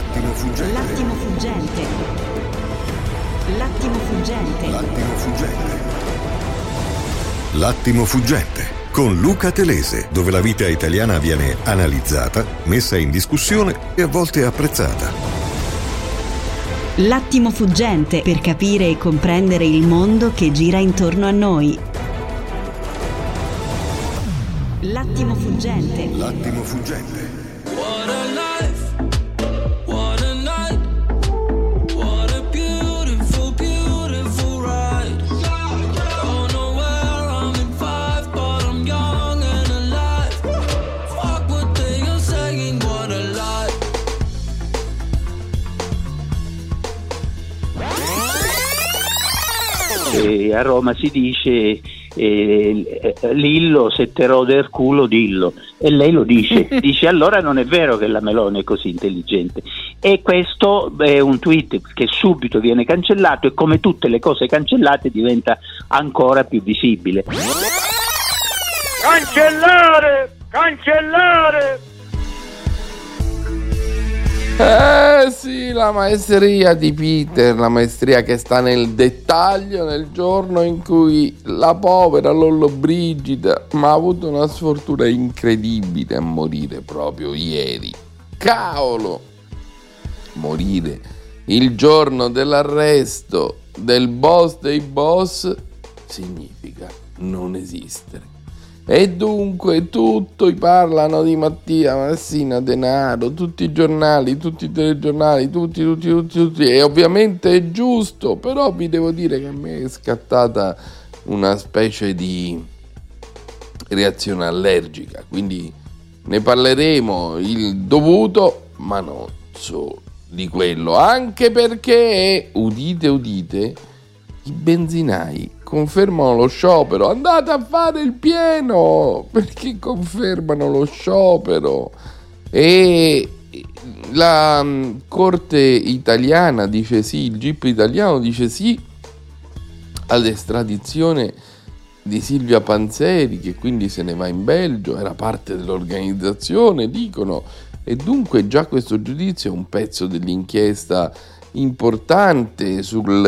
L'attimo fuggente. L'attimo fuggente. L'attimo fuggente. L'attimo fuggente. L'attimo fuggente con Luca Telese, dove la vita italiana viene analizzata, messa in discussione e a volte apprezzata. L'attimo fuggente per capire e comprendere il mondo che gira intorno a noi. L'attimo fuggente. L'attimo fuggente. What a life, what a night, what a beautiful, beautiful ride. Don't know where I'm in 5, but I'm young and alive. Fuck what they are saying, what a life. A Roma si dice Lillo, se te rode il culo dillo, e lei lo dice. Dice allora non è vero che la Meloni è così intelligente, e questo è un tweet che subito viene cancellato e come tutte le cose cancellate diventa ancora più visibile. Cancellare! Cancellare! Sì, la maestria di Peter, la maestria che sta nel dettaglio, nel giorno in cui la povera Lollobrigida ha avuto una sfortuna incredibile a morire proprio ieri. Cavolo! Morire il giorno dell'arresto del boss dei boss significa non esistere. E dunque tutti parlano di Mattia Messina Denaro, tutti i giornali, tutti i telegiornali, tutti, e ovviamente è giusto, però vi devo dire che a me è scattata una specie di reazione allergica, quindi ne parleremo il dovuto, ma non solo di quello, anche perché, udite, i benzinai confermano lo sciopero. Andate a fare il pieno, perché confermano lo sciopero. E la corte italiana dice sì, il GIP italiano dice sì all'estradizione di Silvia Panzeri, che quindi se ne va in Belgio, era parte dell'organizzazione, dicono, e dunque già questo giudizio è un pezzo dell'inchiesta importante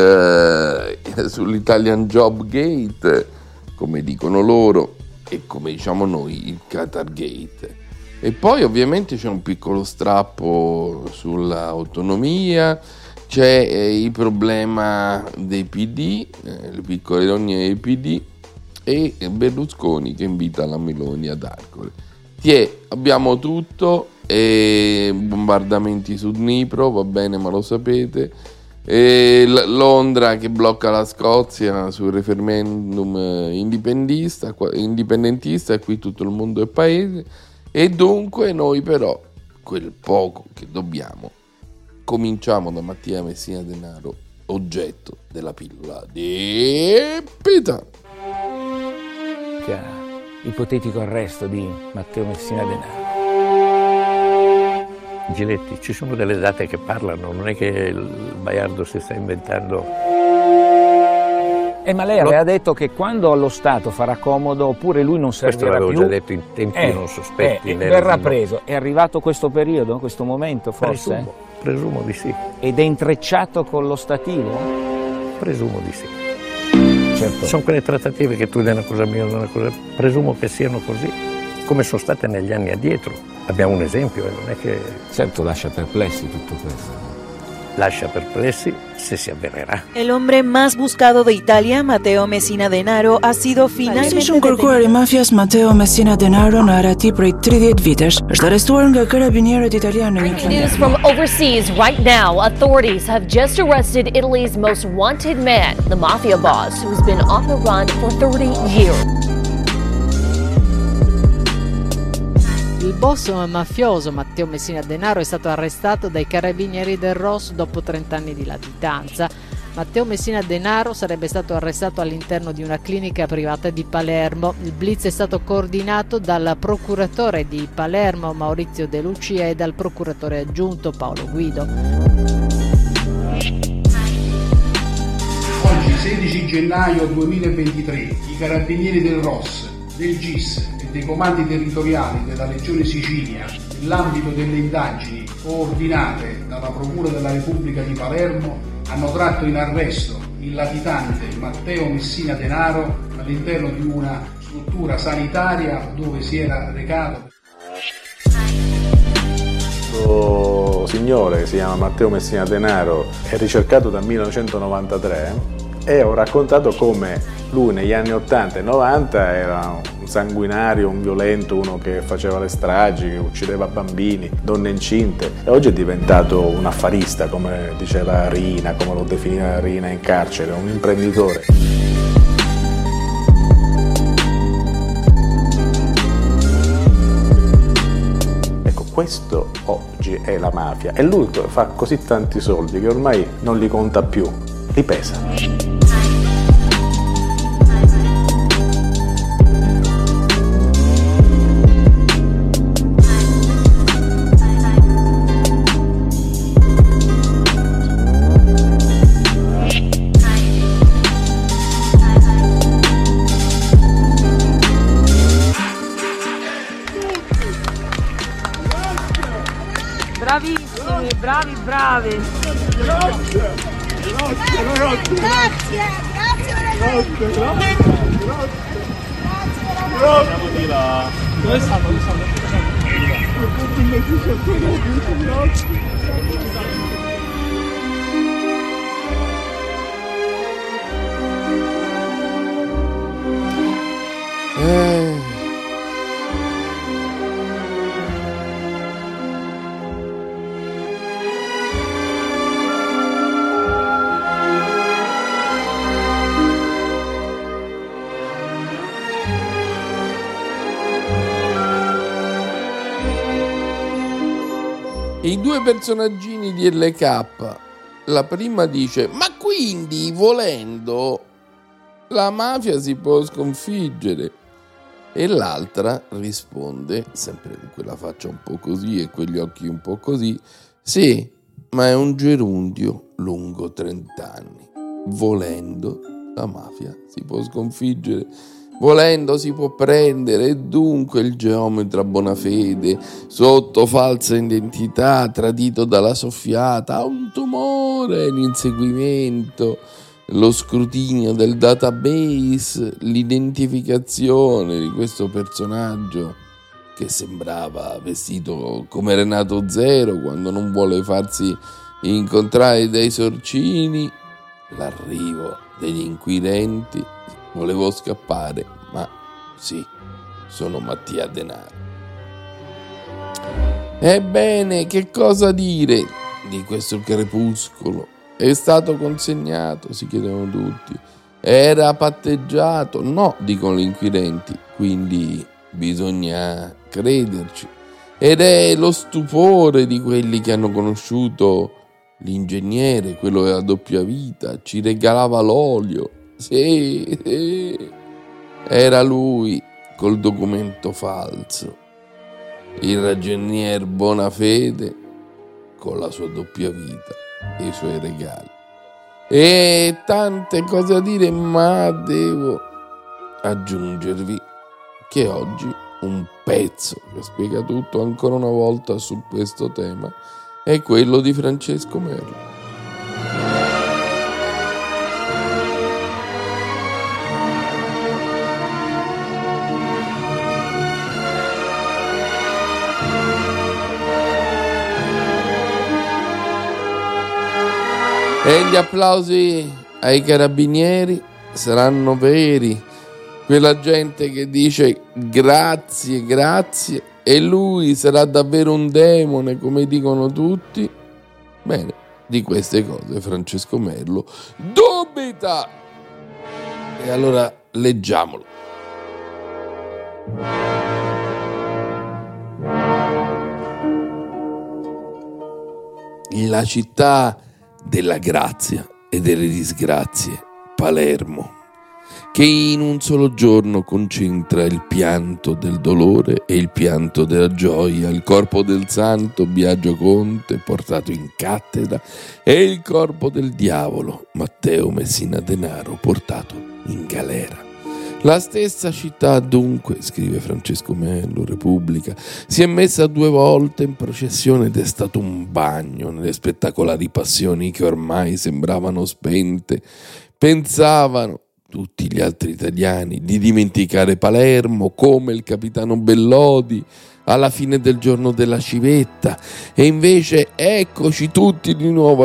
sull'Italian Job Gate, come dicono loro e come diciamo noi, il Qatar Gate. E poi ovviamente c'è un piccolo strappo sull'autonomia, c'è il problema dei PD, le piccole ironie dei PD, e Berlusconi che invita la Meloni ad Arcore. Abbiamo tutto, e bombardamenti su Dnipro, va bene, ma lo sapete, e Londra che blocca la Scozia sul referendum indipendentista, e qui tutto il mondo è paese, e dunque noi però quel poco che dobbiamo cominciamo da Mattia Messina Denaro, oggetto della pillola di Peter. Ipotetico arresto di Matteo Messina Denaro. Giletti, ci sono delle date che parlano, non è che il Baiardo si sta inventando. Ma lei aveva detto che quando allo Stato farà comodo, oppure lui non servirà più. Questo l'avevo già detto in tempi non sospetti. Verrà preso. È arrivato questo periodo, questo momento forse? Presumo di sì. Ed è intrecciato con lo stativo? Presumo di sì. Certo. Sono quelle trattative che tu dai una cosa mia, una cosa. Presumo che siano così, come sono state negli anni addietro. Abbiamo un esempio, non è che... Certo, lascia perplessi tutto questo. Lascia perplessi se si avvererà. El hombre más buscado de Italia, Matteo Messina Denaro, ha sido finalmente Si shumë kërkuar I mafias Matteo Messina Denaro në Arati prej 30 vitesh, është arrestuar nga karabinierët italianë në një News from overseas right now. Authorities have just arrested Italy's most wanted man, the mafia boss, who's been on the run for 30 years. Il boss mafioso Matteo Messina Denaro è stato arrestato dai carabinieri del ROS dopo 30 anni di latitanza. Matteo Messina Denaro sarebbe stato arrestato all'interno di una clinica privata di Palermo. Il blitz è stato coordinato dal procuratore di Palermo Maurizio De Lucia e dal procuratore aggiunto Paolo Guido. Oggi 16 gennaio 2023 i carabinieri del ROS, del GIS e dei comandi territoriali della Regione Sicilia nell'ambito delle indagini coordinate dalla Procura della Repubblica di Palermo hanno tratto in arresto il latitante Matteo Messina Denaro all'interno di una struttura sanitaria dove si era recato. Questo signore, che si chiama Matteo Messina Denaro, è ricercato dal 1993 e ho raccontato come lui negli anni 80 e 90 era un sanguinario, un violento, uno che faceva le stragi, che uccideva bambini, donne incinte, e oggi è diventato un affarista, come diceva Rina, come lo definiva Rina in carcere, un imprenditore. Questo oggi è la mafia e lui fa così tanti soldi che ormai non li conta più, li pesa. Bravissimi, bravi. Grazie. Andiamo di là. Dove stanno? I due personaggini di LK, la prima dice: ma quindi volendo la mafia si può sconfiggere? E l'altra risponde, sempre con quella faccia un po' così e quegli occhi un po' così: sì, ma è un gerundio lungo 30 anni. Volendo la mafia si può sconfiggere, volendo si può prendere, e dunque il geometra Bonafede, sotto falsa identità, tradito dalla soffiata, ha un tumore, l'inseguimento, lo scrutinio del database, l'identificazione di questo personaggio che sembrava vestito come Renato Zero quando non vuole farsi incontrare dai sorcini, l'arrivo degli inquirenti. Volevo scappare, ma sì, sono Mattia Denaro. Ebbene, che cosa dire di questo crepuscolo? È stato consegnato, si chiedono tutti. Era patteggiato? No, dicono gli inquirenti, quindi bisogna crederci. Ed è lo stupore di quelli che hanno conosciuto l'ingegnere, quello della doppia vita, ci regalava l'olio. Sì, era lui col documento falso, il ragionier Bonafede con la sua doppia vita e i suoi regali. E tante cose da dire, ma devo aggiungervi che oggi un pezzo che spiega tutto ancora una volta su questo tema è quello di Francesco Merlo. E gli applausi ai carabinieri saranno veri, quella gente che dice grazie, grazie, e lui sarà davvero un demone come dicono tutti. Bene, di queste cose Francesco Merlo dubita. E allora leggiamolo. La città della grazia e delle disgrazie, Palermo, che in un solo giorno concentra il pianto del dolore e il pianto della gioia, il corpo del santo Biagio Conte portato in cattedra e il corpo del diavolo Matteo Messina Denaro portato in galera. La stessa città, dunque, scrive Francesco Mello, Repubblica, si è messa 2 volte in processione ed è stato un bagno nelle spettacolari passioni che ormai sembravano spente. Pensavano tutti gli altri italiani di dimenticare Palermo come il capitano Bellodi alla fine del giorno della civetta, e invece eccoci tutti di nuovo a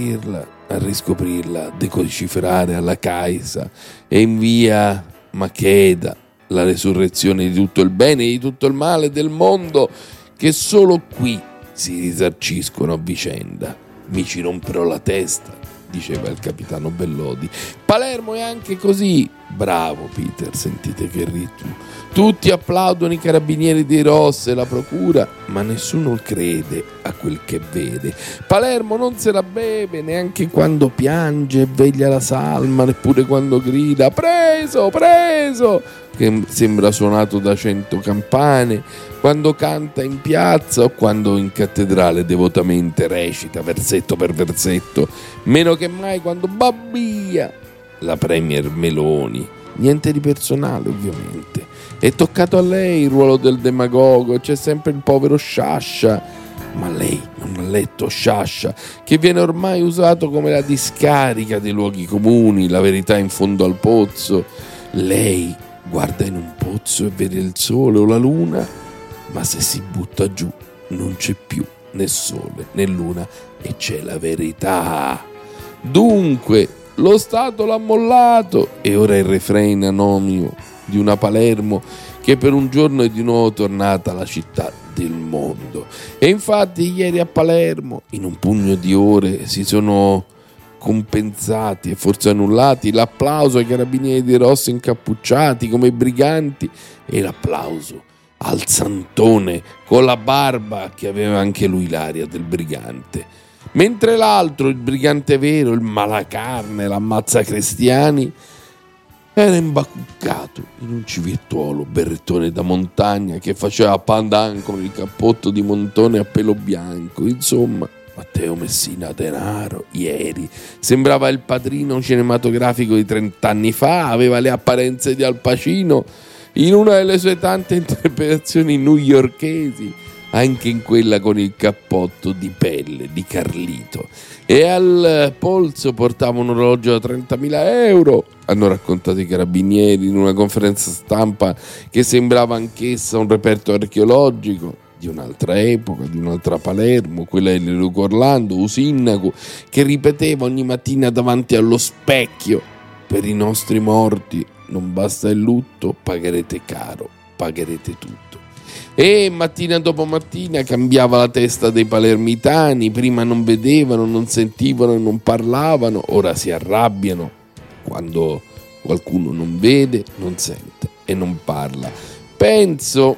riscoprirla, a decifrare alla Caixa e in via Macheda la resurrezione di tutto il bene e di tutto il male del mondo, che solo qui si risarciscono a vicenda. Mi ci romperò la testa, diceva il capitano Bellodi. Palermo è anche così. Bravo Peter, sentite che ritmo. Tutti applaudono i carabinieri dei Ross e la procura, ma nessuno crede a quel che vede. Palermo non se la beve neanche quando piange e veglia la salma, neppure quando grida preso, preso, che sembra suonato da 100 campane, quando canta in piazza o quando in cattedrale devotamente recita versetto per versetto, meno che mai quando babbia la premier Meloni. Niente di personale, ovviamente. È toccato a lei il ruolo del demagogo, c'è sempre il povero Sciascia, ma lei non ha letto Sciascia, che viene ormai usato come la discarica dei luoghi comuni, la verità in fondo al pozzo. Lei guarda in un pozzo e vede il sole o la luna, ma se si butta giù non c'è più né sole né luna e c'è la verità. Dunque lo Stato l'ha mollato e ora il refrain anonimo di una Palermo che per un giorno è di nuovo tornata la città del mondo. E infatti ieri a Palermo in un pugno di ore si sono compensati e forse annullati l'applauso ai carabinieri di Rossi incappucciati come briganti e l'applauso al santone con la barba che aveva anche lui l'aria del brigante, mentre l'altro, il brigante vero, il malacarne, l'ammazzacristiani, era imbacuccato in un civettuolo berrettone da montagna che faceva pandan con il cappotto di montone a pelo bianco. Insomma, Matteo Messina Denaro ieri sembrava il padrino cinematografico di 30 anni fa, aveva le apparenze di Al Pacino in una delle sue tante interpretazioni newyorkesi, anche in quella con il cappotto di pelle di Carlito, e al polso portava un orologio da 30.000 euro, hanno raccontato i carabinieri in una conferenza stampa che sembrava anch'essa un reperto archeologico di un'altra epoca, di un'altra Palermo, quella di Luca Orlando, un sindaco che ripeteva ogni mattina davanti allo specchio: per i nostri morti non basta il lutto, pagherete caro, pagherete tutto. E mattina dopo mattina cambiava la testa dei palermitani, prima non vedevano, non sentivano e non parlavano, ora si arrabbiano quando qualcuno non vede, non sente e non parla. Penso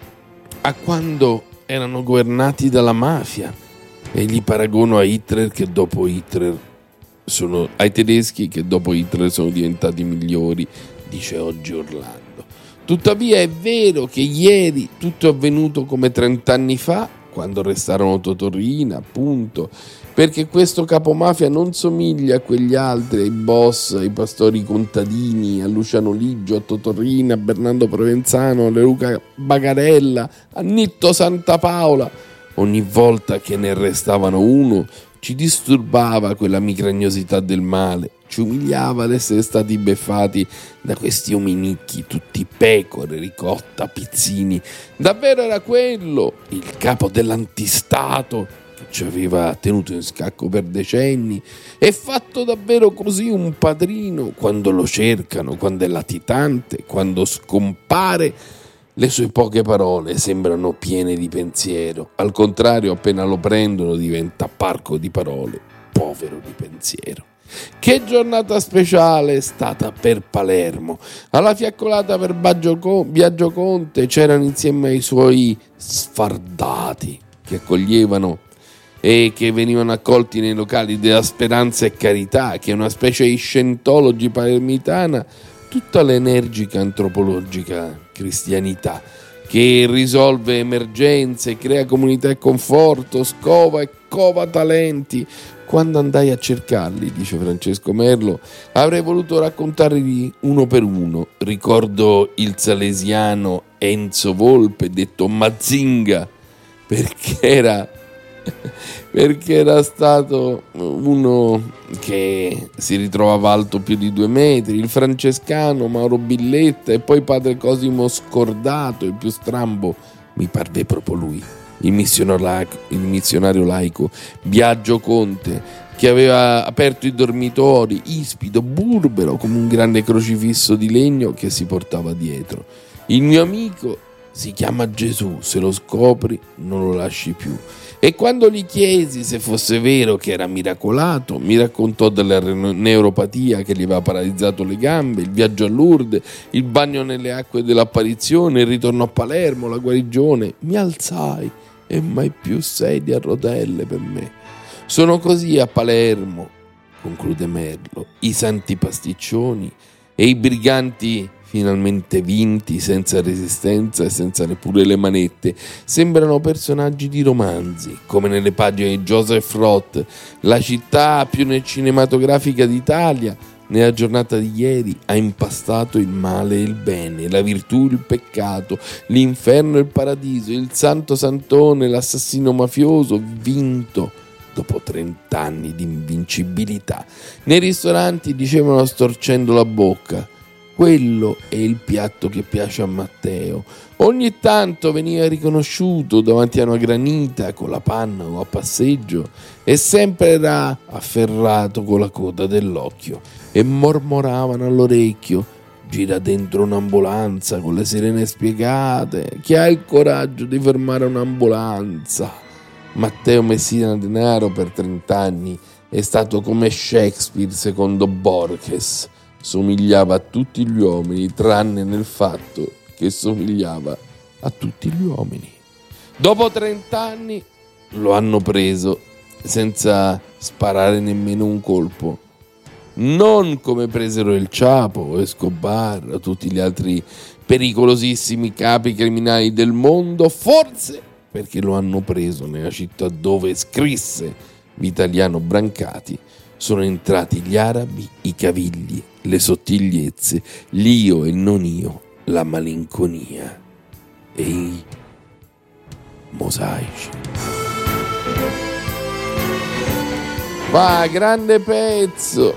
a quando erano governati dalla mafia e li paragono a Hitler, che dopo Hitler sono ai tedeschi che dopo Hitler sono diventati migliori, dice oggi Orlando. Tuttavia è vero che ieri tutto è avvenuto come 30 anni fa, quando arrestarono Totorina, appunto, perché questo capomafia non somiglia a quegli altri, ai boss, ai pastori contadini, a Luciano Liggio, a Totorina, a Bernardo Provenzano, a Luca Bagarella, a Nitto Santapaola. Ogni volta che ne arrestavano uno ci disturbava quella micragnosità del male, ci umiliava l'essere stati beffati da questi ominicchi, tutti pecore, ricotta, pizzini. Davvero era quello il capo dell'antistato che ci aveva tenuto in scacco per decenni, e fatto davvero così un padrino quando lo cercano, quando è latitante, quando scompare. Le sue poche parole sembrano piene di pensiero, al contrario appena lo prendono diventa parco di parole, povero di pensiero. Che giornata speciale è stata per Palermo. Alla fiaccolata per Biagio Conte c'erano insieme ai suoi sfardati che accoglievano e che venivano accolti nei locali della Speranza e Carità, che è una specie di scientologi palermitana, tutta l'energica antropologica cristianità che risolve emergenze, crea comunità e conforto, scova e cova talenti. Quando andai a cercarli, dice Francesco Merlo, avrei voluto raccontarli uno per uno. Ricordo il salesiano Enzo Volpe, detto Mazinga, perché era stato uno che si ritrovava alto più di 2 metri, il francescano Mauro Billetta e poi padre Cosimo Scordato, il più strambo mi parve proprio lui, il missionario laico Biagio Conte, che aveva aperto i dormitori, ispido, burbero come un grande crocifisso di legno che si portava dietro. Il mio amico si chiama Gesù, se lo scopri non lo lasci più. E quando gli chiesi se fosse vero che era miracolato, mi raccontò della neuropatia che gli aveva paralizzato le gambe, il viaggio a Lourdes, il bagno nelle acque dell'apparizione, il ritorno a Palermo, la guarigione. Mi alzai e mai più sedie a rotelle per me. Sono così a Palermo, conclude Merlo, i santi pasticcioni e i briganti finalmente vinti, senza resistenza e senza neppure le manette, sembrano personaggi di romanzi, come nelle pagine di Joseph Roth. La città più cinematografica d'Italia, nella giornata di ieri, ha impastato il male e il bene, la virtù e il peccato, l'inferno e il paradiso, il santo santone, l'assassino mafioso, vinto dopo 30 anni di invincibilità. Nei ristoranti dicevano storcendo la bocca: quello è il piatto che piace a Matteo. Ogni tanto veniva riconosciuto davanti a una granita con la panna o a passeggio e sempre era afferrato con la coda dell'occhio e mormoravano all'orecchio: gira dentro un'ambulanza con le sirene spiegate, chi ha il coraggio di fermare un'ambulanza? Matteo Messina Denaro per 30 anni è stato come Shakespeare secondo Borges. Somigliava a tutti gli uomini, tranne nel fatto che somigliava a tutti gli uomini. Dopo 30 anni lo hanno preso senza sparare nemmeno un colpo. Non come presero il Chapo, Escobar o tutti gli altri pericolosissimi capi criminali del mondo, forse perché lo hanno preso nella città dove scrisse Vitaliano Brancati. Sono entrati gli arabi, i cavigli, le sottigliezze, l'io e il non io, la malinconia e i mosaici. Va, grande pezzo!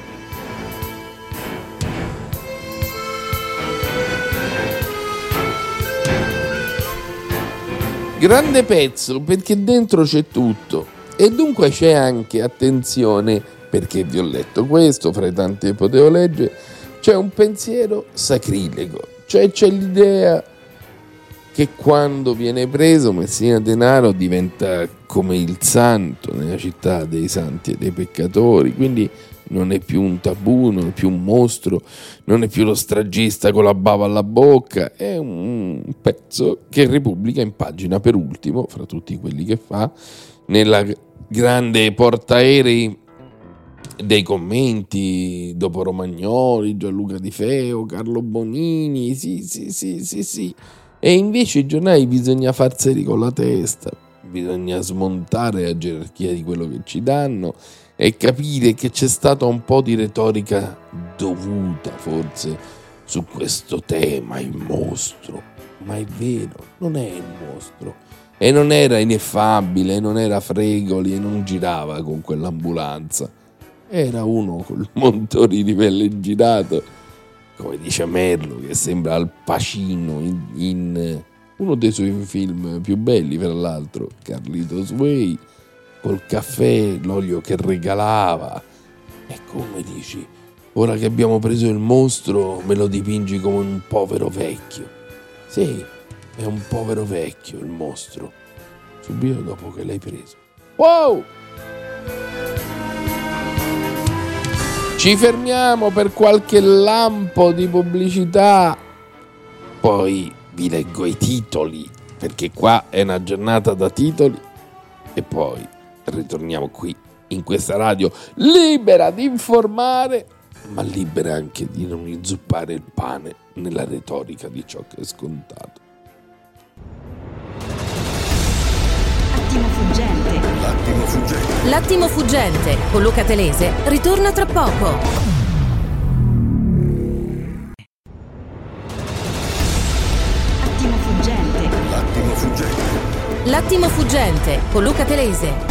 Grande pezzo perché dentro c'è tutto e dunque c'è anche, attenzione, perché vi ho letto questo fra i tanti che potevo leggere, c'è un pensiero sacrilego, cioè c'è l'idea che quando viene preso Messina Denaro diventa come il santo nella città dei santi e dei peccatori, quindi non è più un tabù, non è più un mostro, non è più lo stragista con la bava alla bocca, è un pezzo che Repubblica impagina per ultimo fra tutti quelli che fa nella grande portaerei dei commenti dopo Romagnoli, Gianluca Di Feo, Carlo Bonini, sì. E invece i giornali bisogna farseli con la testa, bisogna smontare la gerarchia di quello che ci danno e capire che c'è stata un po' di retorica dovuta forse su questo tema, il mostro. Ma è vero, non è il mostro. E non era ineffabile, non era Fregoli e non girava con quell'ambulanza. Era uno col montone di pelle girato, come dice Merlo, che sembra Al Pacino in uno dei suoi film più belli, tra l'altro, Carlitos Way, col caffè, l'olio che regalava. E come dici, ora che abbiamo preso il mostro me lo dipingi come un povero vecchio. Sì, è un povero vecchio il mostro, subito dopo che l'hai preso. Wow! Ci fermiamo per qualche lampo di pubblicità, poi vi leggo i titoli, perché qua è una giornata da titoli, e poi ritorniamo qui in questa radio libera di informare, ma libera anche di non inzuppare il pane nella retorica di ciò che è scontato. L'attimo fuggente con Luca Telese ritorna tra poco. Attimo fuggente. L'attimo fuggente. L'attimo fuggente con Luca Telese.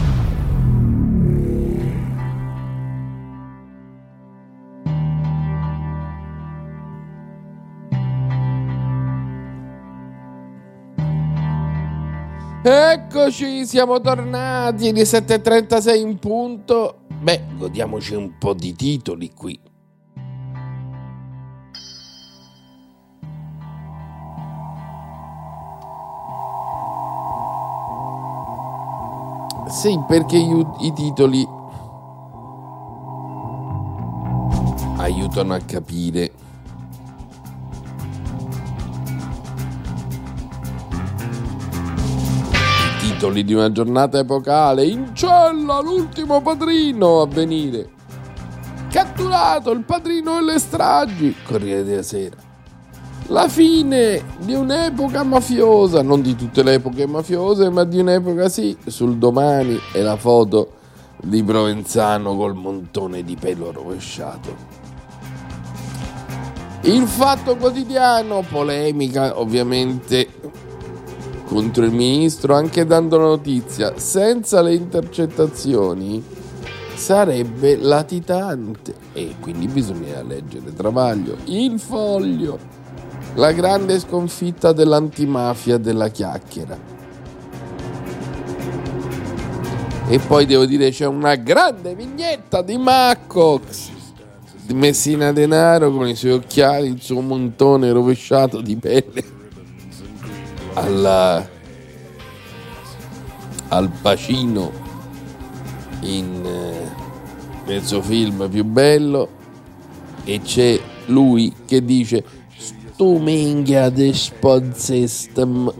Eccoci, siamo tornati, le 7:36 in punto. Beh, godiamoci un po' di titoli qui. Sì, perché i titoli aiutano a capire. Titoli di una giornata epocale. In cella l'ultimo padrino a venire. Catturato il padrino delle stragi. Corriere della Sera. La fine di un'epoca mafiosa, non di tutte le epoche mafiose, ma di un'epoca sì. Sul Domani è la foto di Provenzano col montone di pelo rovesciato. Il Fatto Quotidiano, polemica ovviamente contro il ministro, anche dando la notizia: senza le intercettazioni sarebbe latitante, e quindi bisogna leggere Travaglio. Il Foglio, la grande sconfitta dell'antimafia della chiacchiera. E poi devo dire c'è una grande vignetta di Macco, di Messina Denaro, con i suoi occhiali, il suo montone rovesciato di pelle al Pacino nel suo film più bello, e c'è lui che dice "Stu minchia de spot system".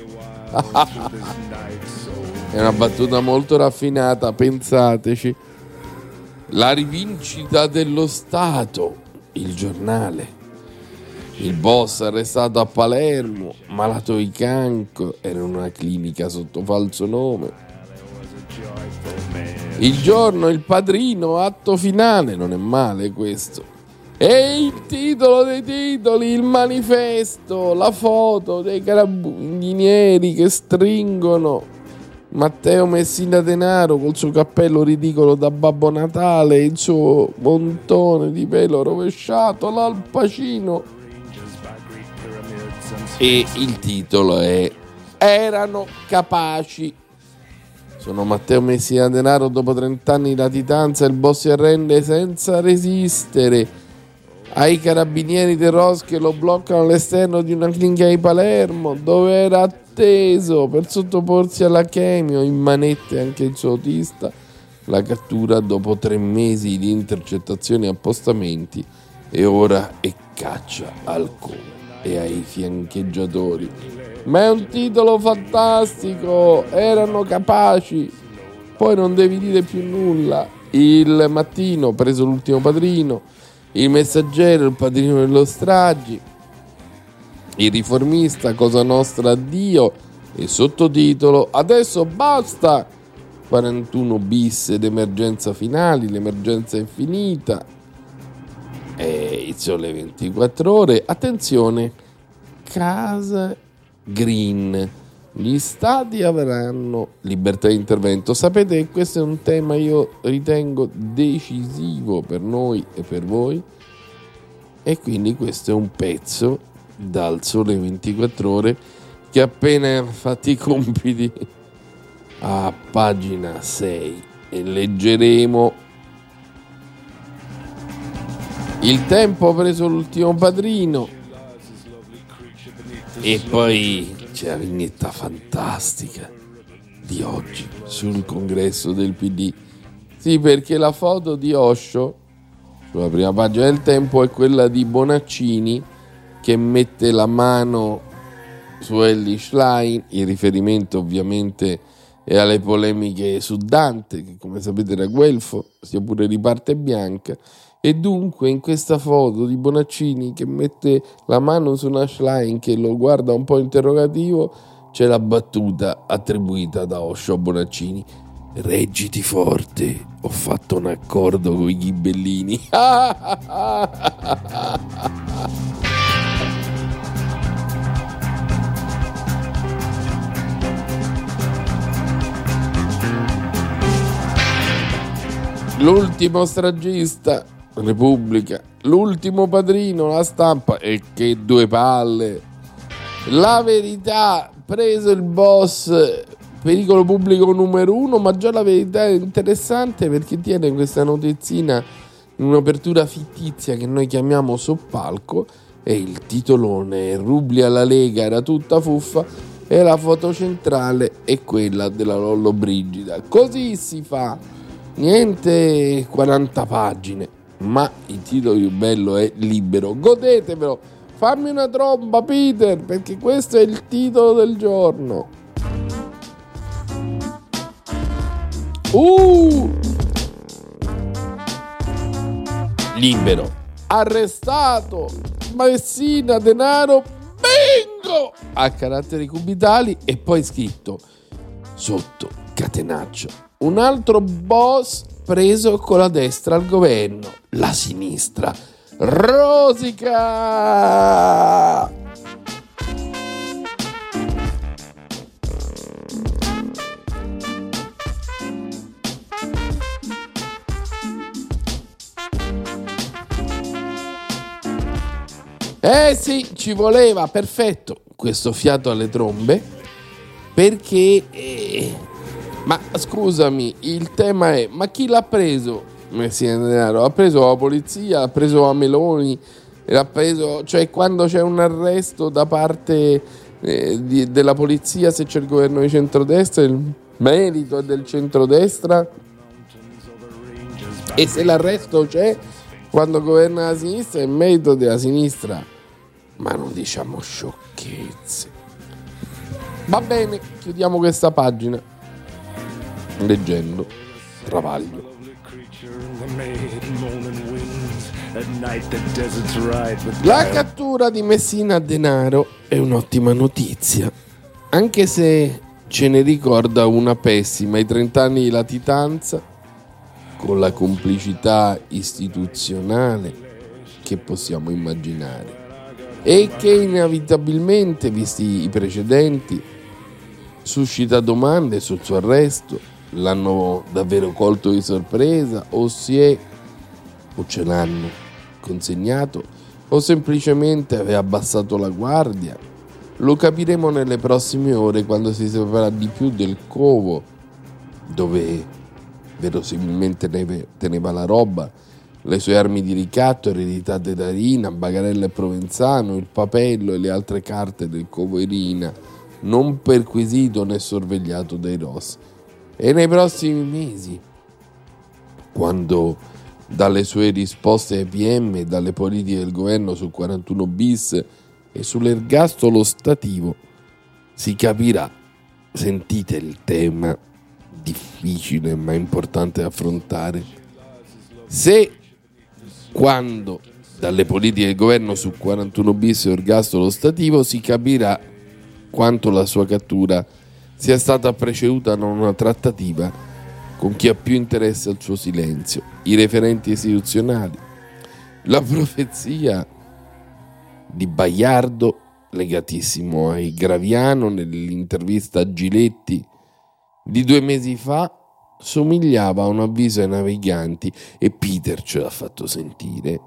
È una battuta molto raffinata, pensateci. La rivincita dello Stato, Il Giornale. Il boss arrestato a Palermo, malato di cancro, era in una clinica sotto falso nome. Il Giorno, Il Padrino, atto finale, non è male questo. E il titolo dei titoli, Il Manifesto, la foto dei carabinieri che stringono Matteo Messina Denaro col suo cappello ridicolo da Babbo Natale, il suo montone di pelo rovesciato, l'Al Pacino. E il titolo è "Erano capaci". Sono Matteo Messina Denaro, dopo 30 anni di latitanza il boss si arrende senza resistere ai carabinieri del ROS che lo bloccano all'esterno di una clinica di Palermo, dove era atteso per sottoporsi alla chemio. In manette anche il suo autista. La cattura dopo 3 mesi di intercettazioni e appostamenti, e ora è caccia al come e ai fiancheggiatori. Ma è un titolo fantastico. Erano capaci. Poi non devi dire più nulla. Il Mattino, preso l'ultimo padrino. Il Messaggero, il padrino dello stragi. Il Riformista, Cosa Nostra, addio. E sottotitolo: adesso basta. 41 bis ed emergenza finali. L'emergenza è finita. E il Sole 24 Ore. Attenzione, Casa Green, gli stati avranno libertà di intervento. Sapete che questo è un tema, io ritengo, decisivo per noi e per voi, e quindi questo è un pezzo dal Sole 24 Ore che appena fatti i compiti a pagina 6 e leggeremo. Il Tempo ha preso l'ultimo padrino, e poi c'è la vignetta fantastica di oggi sul congresso del PD. Sì, perché la foto di Osho sulla prima pagina del Tempo è quella di Bonaccini che mette la mano su Elly Schlein. Il riferimento ovviamente è alle polemiche su Dante, che come sapete era guelfo, sia pure di parte bianca. E dunque in questa foto di Bonaccini che mette la mano su una Schlein che lo guarda un po' interrogativo, c'è la battuta attribuita da Osho a Bonaccini: reggiti forte, ho fatto un accordo con i ghibellini. L'ultimo stragista, Repubblica, l'ultimo padrino, La Stampa, e che due palle. La Verità, preso il boss, pericolo pubblico numero 1, ma già La Verità è interessante perché tiene questa notizina in un'apertura fittizia che noi chiamiamo soppalco, e il titolone Rubli alla Lega era tutta fuffa, e la foto centrale è quella della Lollobrigida. Così si fa, niente 40 pagine, ma il titolo più bello è Libero. Godetevelo, fammi una tromba Peter, perché questo è il titolo del giorno. Libero, arrestato Messina Denaro, bingo, a caratteri cubitali, e poi scritto sotto catenaccio: un altro boss preso con la destra al governo, la sinistra rosica. Sì, ci voleva, perfetto, questo fiato alle trombe, perché ma scusami, il tema è: ma chi l'ha preso Messina Denaro? Ha preso la polizia, ha preso la Meloni, l'ha preso, cioè quando c'è un arresto da parte della polizia, se c'è il governo di centrodestra, il merito è del centrodestra, e se l'arresto c'è quando governa la sinistra, è il merito della sinistra. Ma non diciamo sciocchezze. Va bene, chiudiamo questa pagina leggendo Travaglio. La cattura di Messina Denaro è un'ottima notizia, anche se ce ne ricorda una pessima, i 30 anni di latitanza con la complicità istituzionale che possiamo immaginare, e che inevitabilmente, visti i precedenti, suscita domande sul suo arresto. L'hanno davvero colto di sorpresa, o ce l'hanno consegnato, o semplicemente aveva abbassato la guardia? Lo capiremo nelle prossime ore, quando si saprà di più del covo dove verosimilmente teneva la roba, le sue armi di ricatto ereditate da Rina, Bagarella e Provenzano, il papello e le altre carte del covo Irina, non perquisito né sorvegliato dai Ross. E nei prossimi mesi, quando dalle sue risposte ai PM e dalle politiche del governo sul 41 bis e sull'ergastolo stativo, si capirà, sentite il tema difficile ma importante da affrontare, se quando dalle politiche del governo su 41 bis e ergastolo stativo si capirà quanto la sua cattura sia stata preceduta da una trattativa con chi ha più interesse al suo silenzio, i referenti istituzionali, la profezia di Baiardo legatissimo ai Graviano nell'intervista a Giletti di 2 mesi fa somigliava a un avviso ai naviganti, e Peter ce l'ha fatto sentire,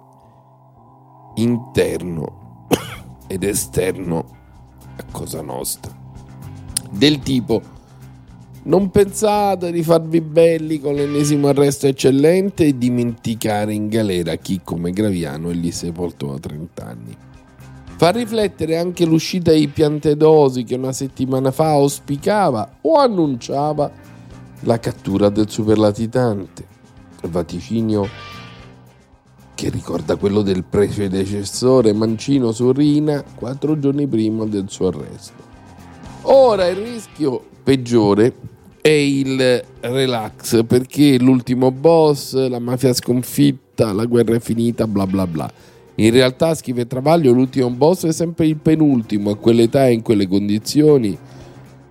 interno ed esterno a Cosa Nostra, del tipo: non pensate di farvi belli con l'ennesimo arresto eccellente e dimenticare in galera chi come Graviano è lì sepolto da 30 anni. Fa riflettere anche l'uscita di Piantedosi, che una settimana fa auspicava o annunciava la cattura del superlatitante, vaticinio che ricorda quello del predecessore Mancino su Rina 4 giorni prima del suo arresto. Ora il rischio peggiore è il relax, perché l'ultimo boss, la mafia sconfitta, la guerra è finita, bla bla bla. In realtà, scrive Travaglio, l'ultimo boss è sempre il penultimo, a quell'età e in quelle condizioni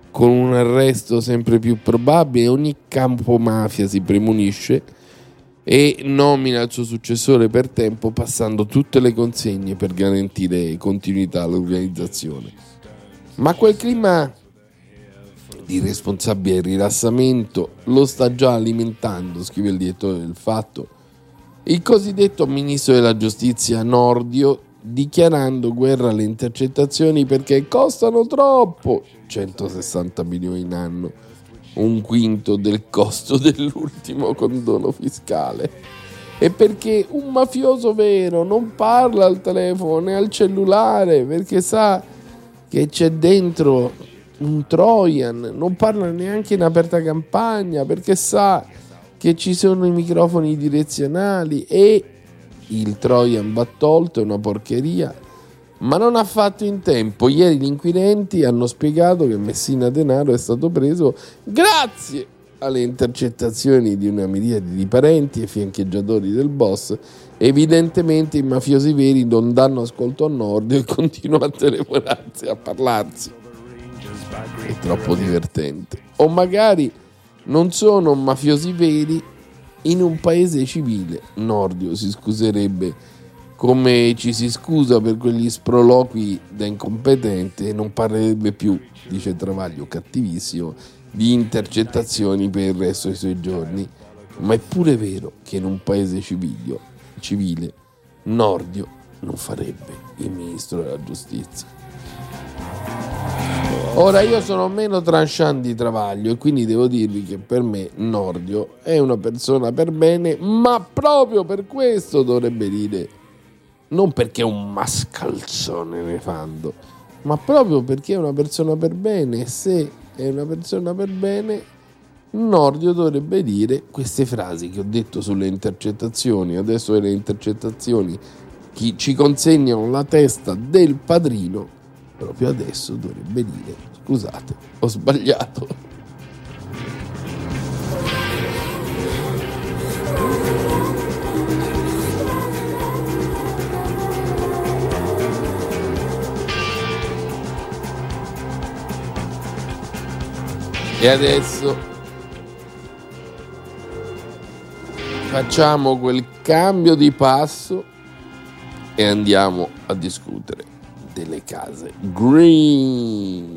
con un arresto sempre più probabile, ogni campo mafia si premunisce e nomina il suo successore per tempo, passando tutte le consegne per garantire continuità all'organizzazione. Ma quel clima di responsabile rilassamento lo sta già alimentando, scrive il direttore del Fatto, il cosiddetto ministro della giustizia Nordio, dichiarando guerra alle intercettazioni perché costano troppo, 160 milioni in anno, un quinto del costo dell'ultimo condono fiscale, e perché un mafioso vero non parla al telefono né al cellulare perché sa che c'è dentro un Trojan, non parla neanche in aperta campagna perché sa che ci sono i microfoni direzionali e il Trojan va tolto, è una porcheria, ma non ha fatto in tempo. Ieri gli inquirenti hanno spiegato che Messina Denaro è stato preso grazie alle intercettazioni di una miriade di parenti e fiancheggiatori del boss. Evidentemente i mafiosi veri non danno ascolto a Nordio e continuano a telefonarsi, a parlarsi. È troppo divertente. O magari non sono mafiosi veri in un paese civile. Nordio si scuserebbe come ci si scusa per quegli sproloqui da incompetente e non parlerebbe più, dice Travaglio cattivissimo, di intercettazioni per il resto dei suoi giorni. Ma è pure vero che in un paese civile Nordio non farebbe il ministro della giustizia. Ora io sono meno tranchant di Travaglio e quindi devo dirvi che per me Nordio è una persona per bene, ma proprio per questo dovrebbe dire, non perché è un mascalzone nefando, ma proprio perché è una persona per bene. Se è una persona per bene, Nordio dovrebbe dire queste frasi che ho detto sulle intercettazioni. Adesso le intercettazioni ci consegnano la testa del padrino, proprio adesso dovrebbe dire: scusate, ho sbagliato. E adesso facciamo quel cambio di passo e andiamo a discutere delle case green.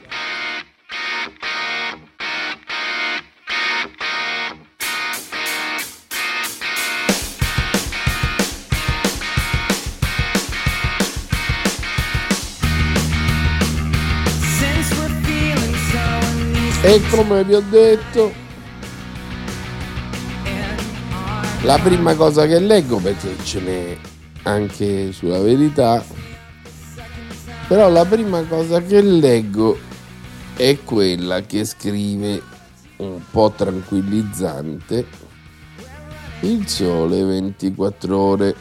E come vi ho detto, la prima cosa che leggo, perché ce n'è anche sulla Verità, però la prima cosa che leggo è quella che scrive un po' tranquillizzante Il Sole 24 Ore.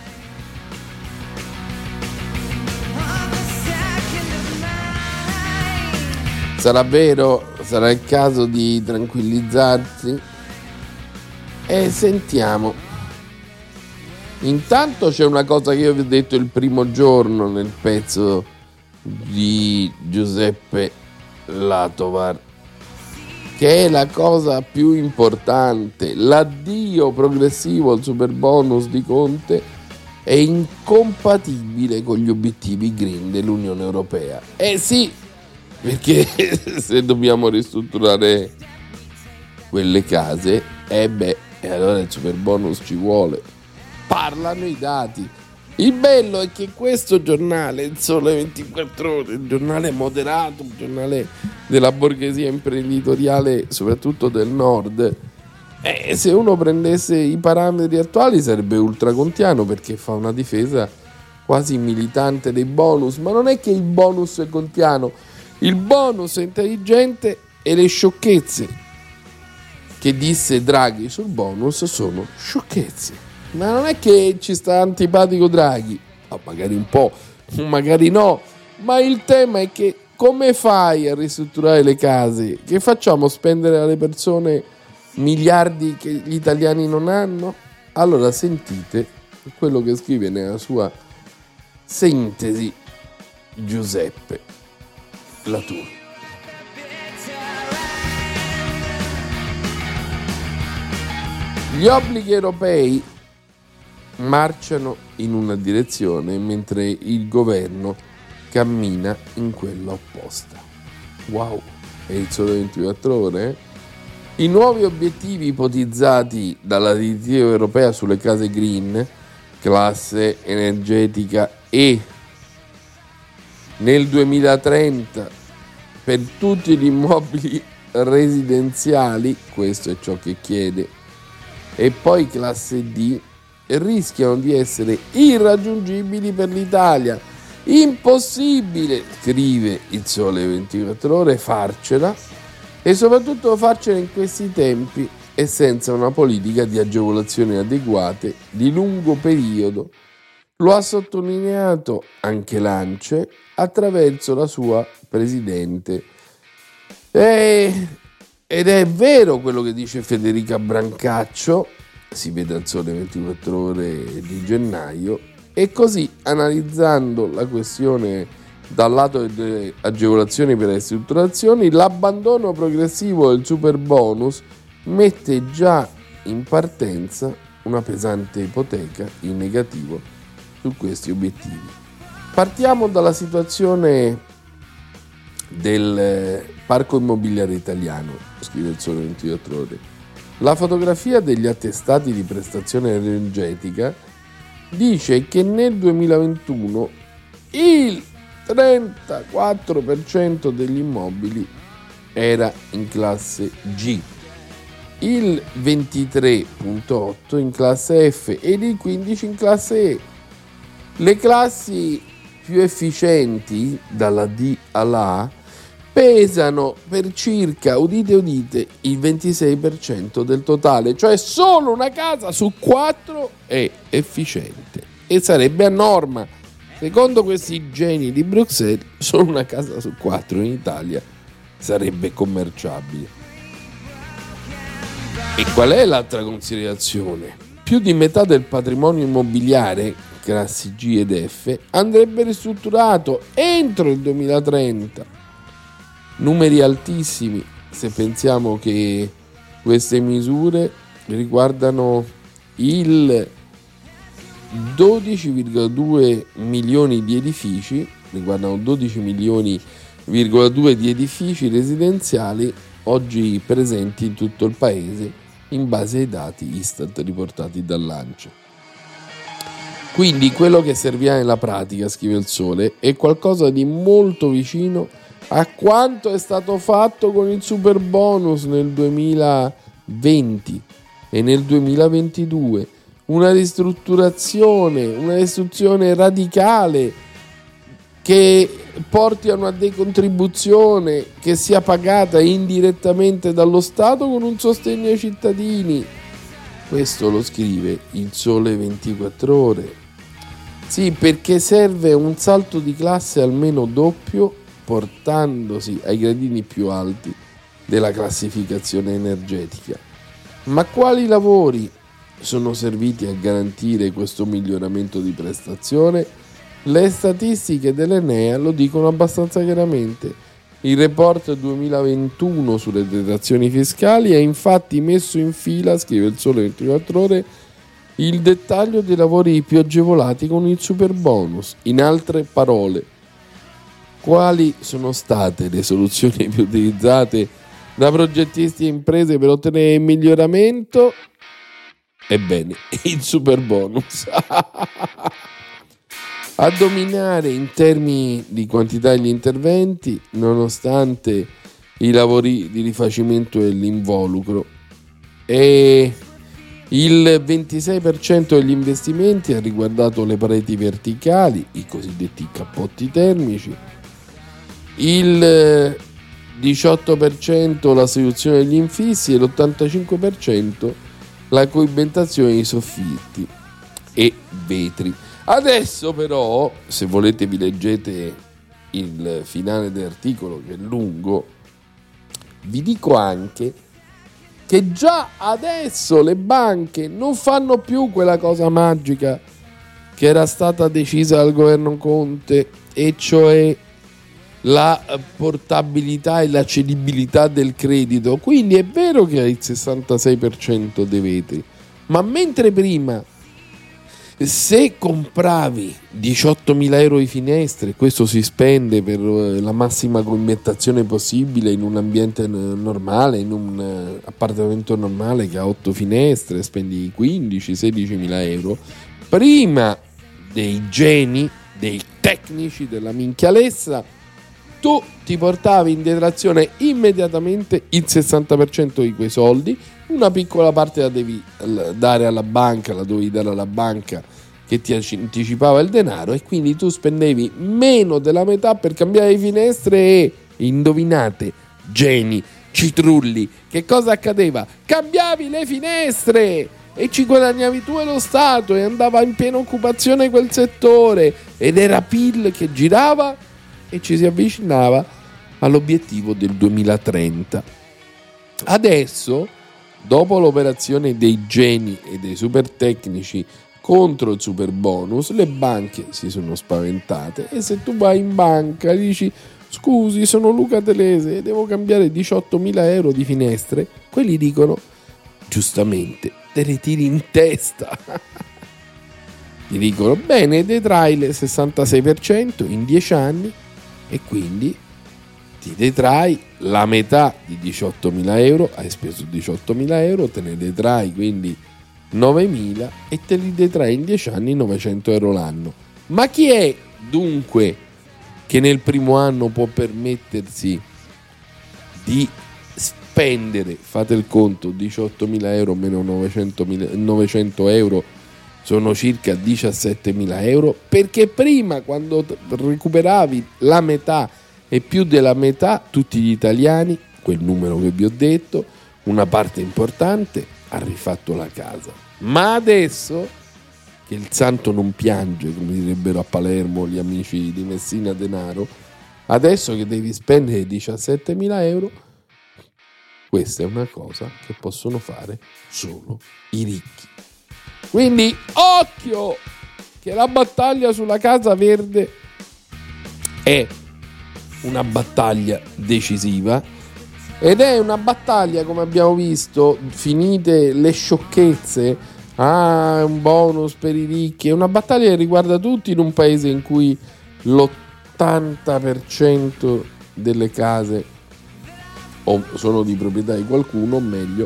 Sarà vero? Sarà il caso di tranquillizzarsi? E sentiamo. Intanto c'è una cosa che io vi ho detto il primo giorno nel pezzo di Giuseppe Latovar, che è la cosa più importante: l'addio progressivo al superbonus di Conte è incompatibile con gli obiettivi green dell'Unione Europea. Sì, perché se dobbiamo ristrutturare quelle case, e allora il superbonus ci vuole. Parlano i dati. Il bello è che questo giornale, il Sole 24 Ore, il giornale moderato, il giornale della borghesia imprenditoriale, soprattutto del nord, se uno prendesse i parametri attuali sarebbe ultracontiano, perché fa una difesa quasi militante dei bonus. Ma non è che il bonus è contiano, il bonus è intelligente e le sciocchezze che disse Draghi sul bonus sono sciocchezze. Ma non è che ci sta antipatico Draghi, magari un po', magari no, ma il tema è che come fai a ristrutturare le case? Che facciamo, spendere alle persone miliardi che gli italiani non hanno? Allora sentite quello che scrive nella sua sintesi Giuseppe Latour. Gli obblighi europei marciano in una direzione mentre il governo cammina in quella opposta. Wow, è il Sole 24 Ore? I nuovi obiettivi ipotizzati dalla direttiva europea sulle case green, classe energetica E, nel 2030 per tutti gli immobili residenziali, questo è ciò che chiede, e poi classe D, rischiano di essere irraggiungibili per l'Italia. Impossibile, scrive il Sole 24 Ore, farcela, e soprattutto farcela in questi tempi e senza una politica di agevolazioni adeguate di lungo periodo. Lo ha sottolineato anche l'ANCE attraverso la sua presidente. Ed è vero quello che dice Federica Brancaccio, si vede al Sole 24 Ore di gennaio, e così, analizzando la questione dal lato delle agevolazioni per le ristrutturazioni, l'abbandono progressivo del super bonus mette già in partenza una pesante ipoteca in negativo su questi obiettivi. Partiamo dalla situazione del parco immobiliare italiano, scrive il Sole 24 Ore. La fotografia degli attestati di prestazione energetica dice che nel 2021 il 34% degli immobili era in classe G, il 23,8% in classe F ed il 15% in classe E. Le classi più efficienti, dalla D alla A, pesano per circa, udite udite, il 26% del totale, cioè solo una casa su 4 è efficiente e sarebbe a norma. Secondo questi geni di Bruxelles, solo una casa su 4 in Italia sarebbe commerciabile. E qual è l'altra considerazione? Più di metà del patrimonio immobiliare, classi G ed F, andrebbe ristrutturato entro il 2030. Numeri altissimi se pensiamo che queste misure riguardano il 12,2 milioni di edifici, riguardano 12,2 di edifici residenziali oggi presenti in tutto il paese in base ai dati Istat riportati dall'ANCE. Quindi quello che servirà nella pratica, scrive il Sole, è qualcosa di molto vicino a quanto è stato fatto con il super bonus nel 2020 e nel 2022. Una ristrutturazione radicale che porti a una decontribuzione che sia pagata indirettamente dallo Stato con un sostegno ai cittadini. Questo lo scrive il Sole 24 Ore. Sì, perché serve un salto di classe almeno doppio, portandosi ai gradini più alti della classificazione energetica. Ma quali lavori sono serviti a garantire questo miglioramento di prestazione? Le statistiche dell'Enea lo dicono abbastanza chiaramente. Il report 2021 sulle detrazioni fiscali ha infatti messo in fila, scrive il Sole 24 Ore, il dettaglio dei lavori più agevolati con il super bonus. In altre parole, quali sono state le soluzioni più utilizzate da progettisti e imprese per ottenere il miglioramento? Ebbene, il super bonus. A dominare in termini di quantità degli interventi, nonostante i lavori di rifacimento dell'involucro, e il 26% degli investimenti ha riguardato le pareti verticali, i cosiddetti cappotti termici, il 18% la soluzione degli infissi e l'85% la coibentazione dei soffitti e vetri. Adesso però, se volete vi leggete il finale dell'articolo che è lungo, vi dico anche che già adesso le banche non fanno più quella cosa magica che era stata decisa dal governo Conte, e cioè la portabilità e la cedibilità del credito. Quindi è vero che hai il 66% dei vetri, Ma mentre prima, se compravi 18.000 euro di finestre, questo si spende per la massima coimettazione possibile in un ambiente normale, in un appartamento normale che ha 8 finestre, spendi 15-16.000 euro. Prima dei geni, dei tecnici della minchialessa, tu ti portavi in detrazione immediatamente il 60% di quei soldi, una piccola parte la devi dare alla banca, la dovevi dare alla banca che ti anticipava il denaro, e quindi tu spendevi meno della metà per cambiare le finestre e, indovinate, geni, citrulli, che cosa accadeva? Cambiavi le finestre! E ci guadagnavi tu e lo Stato, e andava in piena occupazione quel settore, ed era PIL che girava e ci si avvicinava all'obiettivo del 2030. Adesso, dopo l'operazione dei geni e dei super tecnici contro il super bonus, le banche si sono spaventate, e se tu vai in banca e dici: scusi, sono Luca Telese, devo cambiare 18.000 euro di finestre, quelli dicono: giustamente, te le tiri in testa. Ti dicono: bene, detrai il 66% in 10 anni, e quindi ti detrai la metà di 18.000 euro, hai speso 18.000 euro, te ne detrai quindi 9.000 e te li detrai in 10 anni 900 euro l'anno. Ma chi è dunque che nel primo anno può permettersi di spendere, fate il conto, 18.000 euro meno 900 euro sono circa 17.000 euro, perché prima, quando recuperavi la metà e più della metà, tutti gli italiani, quel numero che vi ho detto, una parte importante ha rifatto la casa. Ma adesso che il santo non piange, come direbbero a Palermo gli amici di Messina Denaro, adesso che devi spendere 17.000 euro, questa è una cosa che possono fare solo i ricchi. Quindi occhio, che la battaglia sulla casa verde è una battaglia decisiva, ed è una battaglia, come abbiamo visto, finite le sciocchezze, un bonus per i ricchi, è una battaglia che riguarda tutti, in un paese in cui l'80% delle case sono di proprietà di qualcuno, o meglio,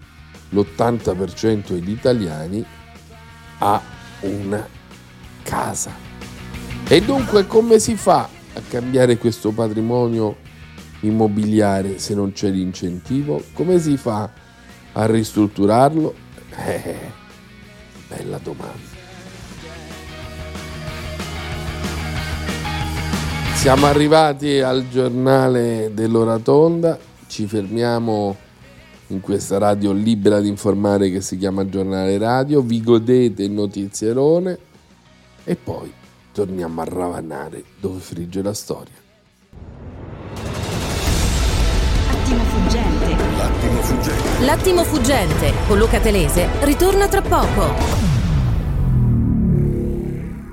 l'80% degli italiani ha una casa. E dunque come si fa a cambiare questo patrimonio immobiliare se non c'è l'incentivo? Come si fa a ristrutturarlo? Bella domanda. Siamo arrivati al giornale dell'ora tonda, ci fermiamo in questa radio libera di informare che si chiama Giornale Radio, vi godete il notizierone e poi torniamo a ravanare dove frigge la storia. L'attimo fuggente con Luca Telese ritorna tra poco.